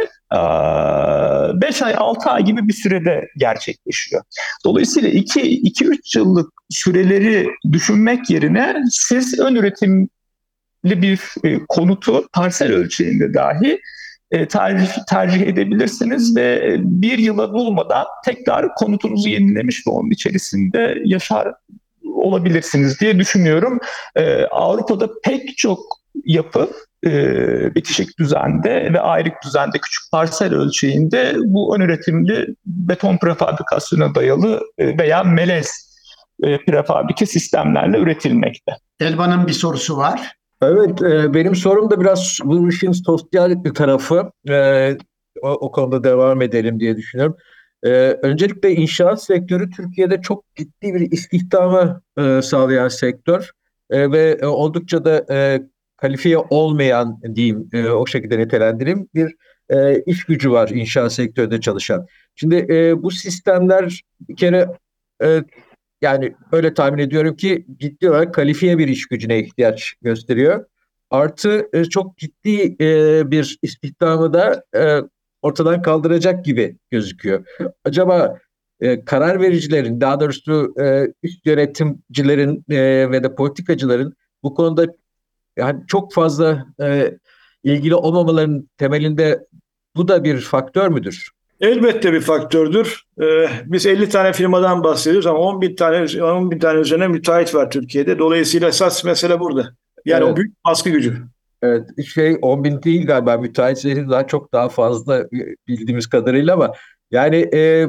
beş ay altı ay gibi bir sürede gerçekleşiyor. Dolayısıyla iki üç yıllık süreleri düşünmek yerine siz ön üretimli bir konutu parsel ölçeğinde dahi tercih, tercih edebilirsiniz ve bir yıla bulmadan tekrar konutunuzu yenilemiş ve onun içerisinde yaşar olabilirsiniz diye düşünüyorum. Avrupa'da pek çok yapı e, bitişik düzende ve ayrık düzende küçük parsel ölçeğinde bu ön üretimli beton prefabrikasyona dayalı e, veya melez e, prefabrike sistemlerle üretilmekte. Elvan'ın bir sorusu var. Evet, e, benim sorum da biraz bu işin sosyal bir tarafı. E, o, o konuda devam edelim diye düşünüyorum. E, öncelikle inşaat sektörü Türkiye'de çok ciddi bir istihdamı e, sağlayan sektör e, ve e, oldukça da e, kalifiye olmayan diyeyim e, o şekilde nitelendireyim bir e, iş gücü var inşaat sektöründe çalışan. Şimdi e, bu sistemler bir kere e, yani öyle tahmin ediyorum ki ciddi olarak kalifiye bir iş gücüne ihtiyaç gösteriyor. Artı e, çok ciddi e, bir istihdamı da e, ortadan kaldıracak gibi gözüküyor. Acaba e, karar vericilerin, daha doğrusu e, üst yönetimcilerin e, ve de politikacıların bu konuda yani çok fazla e, ilgili olmamalarının temelinde bu da bir faktör müdür? Elbette bir faktördür. Ee, biz elli tane firmadan bahsediyoruz ama on bin tane on bin tane üzerine müteahhit var Türkiye'de. Dolayısıyla esas mesele burada. Yani Evet. o büyük baskı gücü. Evet, şey on bin değil galiba, müteahhit sayısı daha çok daha fazla e, bildiğimiz kadarıyla, ama yani e,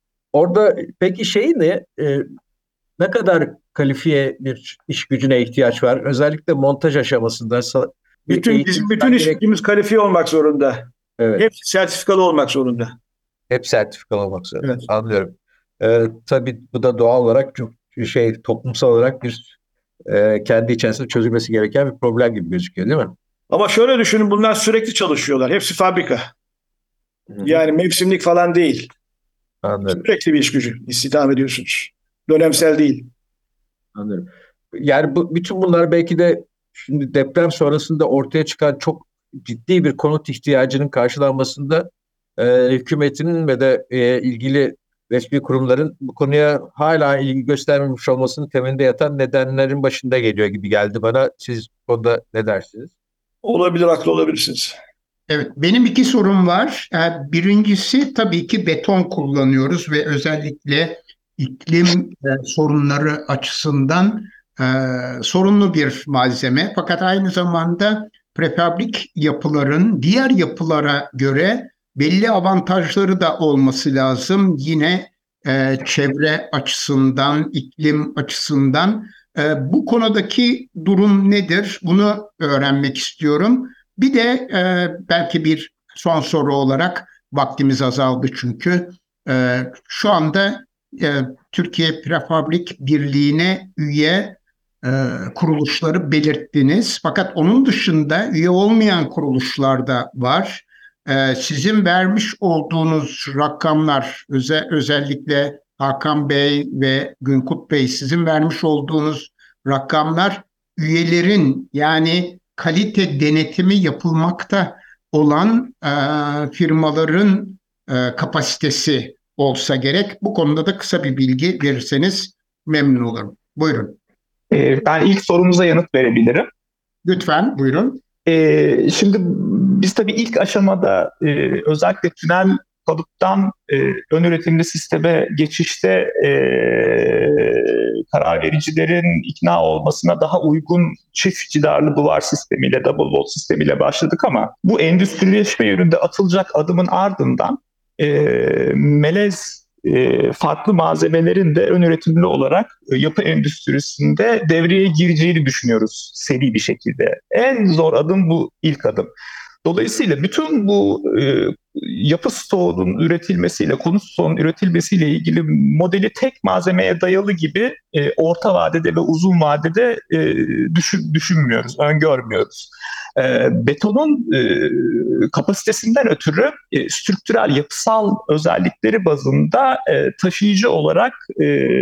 orada peki şey ne? E, ne kadar kalifiye bir iş gücüne ihtiyaç var? Özellikle montaj aşamasında sa- bir Bütün eğitim bizim bütün gerek. işimiz kalifiye olmak zorunda. Evet, Hepsi sertifikalı olmak zorunda. hep sertifikalı olmak zorunda. Evet. Anlıyorum. E, tabii bu da doğal olarak çok şey, toplumsal olarak bir e, kendi içerisinde çözülmesi gereken bir problem gibi gözüküyor, değil mi? Ama şöyle düşünün, bunlar sürekli çalışıyorlar. Hepsi fabrika. Hı hı. Yani mevsimlik falan değil. Anladım. Sürekli bir iş gücü istihdam ediyorsunuz. Dönemsel değil. Anladım. Yani bu, bütün bunlar belki de şimdi deprem sonrasında ortaya çıkan çok ciddi bir konut ihtiyacının karşılanmasında e, hükümetinin ve de e, ilgili resmi kurumların bu konuya hala ilgi göstermemiş olmasının temelinde yatan nedenlerin başında geliyor gibi geldi bana. Siz o konuda ne dersiniz? Olabilir, haklı olabilirsiniz. Evet, benim iki sorum var. Ee, Birincisi tabii ki beton kullanıyoruz ve özellikle iklim e, sorunları açısından e, sorunlu bir malzeme. Fakat aynı zamanda prefabrik yapıların diğer yapılara göre belli avantajları da olması lazım. Yine e, çevre açısından, iklim açısından. E, bu konudaki durum nedir? Bunu öğrenmek istiyorum. Bir de e, belki bir son soru olarak, vaktimiz azaldı çünkü. E, şu anda e, Türkiye Prefabrik Birliği'ne üye e, kuruluşları belirttiniz. Fakat onun dışında üye olmayan kuruluşlar da var. E, sizin vermiş olduğunuz rakamlar, öze, özellikle Hakan Bey ve Günkut Bey, sizin vermiş olduğunuz rakamlar üyelerin, yani kalite denetimi yapılmakta olan e, firmaların e, kapasitesi olsa gerek. Bu konuda da kısa bir bilgi verirseniz memnun olurum. Buyurun. Ee, ben ilk sorumuza yanıt verebilirim. Lütfen buyurun. Ee, şimdi biz tabii ilk aşamada e, özellikle tünel kalıptan e, ön üretimli sisteme geçişte e, karar vericilerin ikna olmasına daha uygun çift cidarlı buvar sistemiyle, double wall sistemiyle başladık, ama bu endüstrileşme yönünde atılacak adımın ardından e, melez e, farklı malzemelerin de ön üretimli olarak e, yapı endüstrisinde devreye gireceğini düşünüyoruz seri bir şekilde. En zor adım bu ilk adım. Dolayısıyla bütün bu e, yapı stoğunun üretilmesiyle, konut stoğunun üretilmesiyle ilgili modeli tek malzemeye dayalı gibi e, orta vadede ve uzun vadede e, düşün, düşünmüyoruz, öngörmüyoruz. E, betonun e, kapasitesinden ötürü e, strüktürel, yapısal özellikleri bazında e, taşıyıcı olarak e,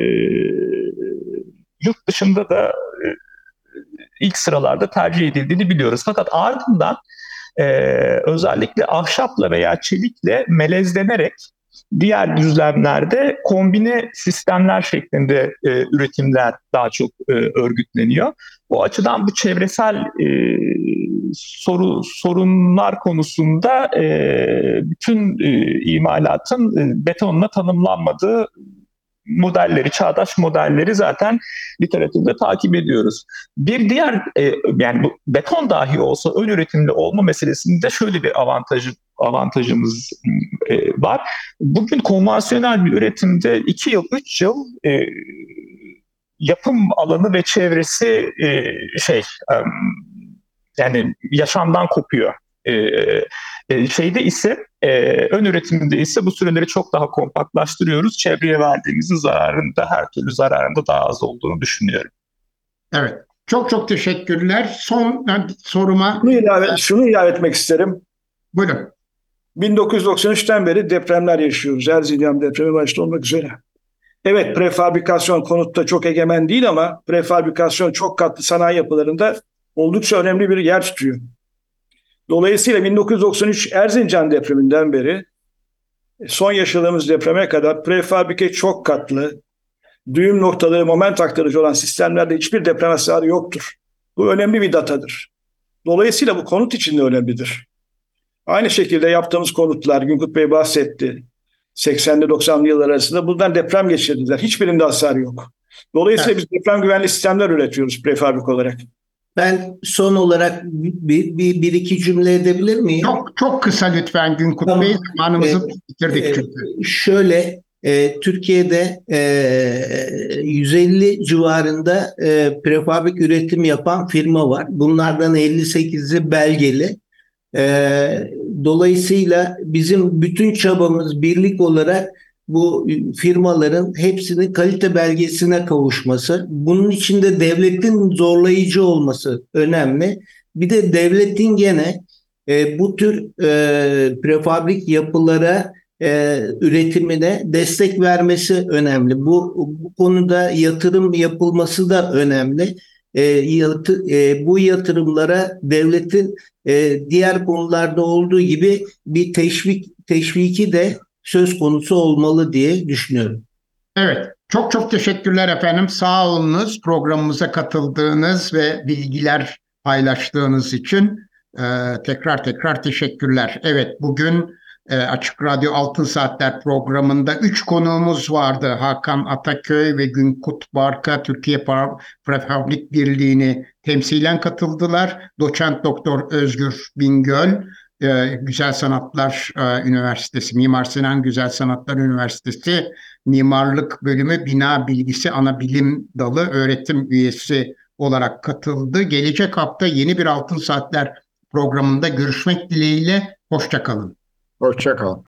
yurt dışında da e, ilk sıralarda tercih edildiğini biliyoruz. Fakat ardından Ee, özellikle ahşapla veya çelikle melezlenerek diğer düzlemlerde kombine sistemler şeklinde e, üretimler daha çok e, örgütleniyor. O açıdan bu çevresel e, soru sorunlar konusunda e, bütün e, imalatın e, betonla tanımlanmadığı modelleri, çağdaş modelleri zaten literatürde takip ediyoruz. Bir diğer e, yani bu beton dahi olsa ön üretimli olma meselesinde şöyle bir avantajı avantajımız e, var. Bugün konvansiyonel bir üretimde iki yıl, üç yıl e, yapım alanı ve çevresi e, şey e, yani yaşamdan kopuyor. E, e, şeyde ise e, ön üretiminde ise bu süreleri çok daha kompaktlaştırıyoruz. Çevreye verdiğimizin zararında, her türlü zararında daha az olduğunu düşünüyorum. Evet. Çok çok teşekkürler. Son soruma... Şunu ilave, şunu ilave etmek isterim. Buyurun. bin dokuz yüz doksan üçten beri depremler yaşıyoruz. Erzincan depremi başta olmak üzere. Evet, prefabrikasyon konutta çok egemen değil ama prefabrikasyon çok katlı sanayi yapılarında oldukça önemli bir yer tutuyor. Dolayısıyla bin dokuz yüz doksan üç Erzincan depreminden beri son yaşadığımız depreme kadar prefabrike çok katlı, düğüm noktaları, moment aktarıcı olan sistemlerde hiçbir deprem hasarı yoktur. Bu önemli bir datadır. Dolayısıyla bu konut için de önemlidir. Aynı şekilde yaptığımız konutlar, Günkut Bey bahsetti, seksenli doksanlı yıllar arasında bundan deprem geçirdiler. Hiçbirinde hasar yok. Dolayısıyla evet, biz deprem güvenli sistemler üretiyoruz prefabrik olarak. Ben son olarak bir, bir, bir iki cümle edebilir miyim? Çok çok kısa lütfen Günkut tamam. Bey. Zamanımızı ee, bitirdik çünkü. E, şöyle, e, Türkiye'de e, yüz elli civarında e, prefabrik üretim yapan firma var. Bunlardan elli sekizi belgeli. E, dolayısıyla bizim bütün çabamız birlik olarak bu firmaların hepsinin kalite belgesine kavuşması. Bunun için de devletin zorlayıcı olması önemli. Bir de devletin gene e, bu tür e, prefabrik yapılara e, üretimine destek vermesi önemli. Bu, bu konuda yatırım yapılması da önemli. E, yatı, e, bu yatırımlara devletin e, diğer konularda olduğu gibi bir teşvik teşviki de söz konusu olmalı diye düşünüyorum. Evet, çok çok teşekkürler efendim. Sağ olunuz programımıza katıldığınız ve bilgiler paylaştığınız için ee, tekrar tekrar teşekkürler. Evet, bugün e, Açık Radyo Altın Saatler programında üç konuğumuz vardı. Hakan Ataköy ve Günkut Barka Türkiye Prefabrik Birliği'ni temsilen katıldılar. Doçent Doktor Özgür Bingöl, e, Güzel Sanatlar e, Üniversitesi, Mimar Sinan Güzel Sanatlar Üniversitesi Mimarlık Bölümü Bina Bilgisi Anabilim Dalı öğretim üyesi olarak katıldı. Gelecek hafta yeni bir Altın Saatler programında görüşmek dileğiyle. Hoşça kalın. Hoşça kalın.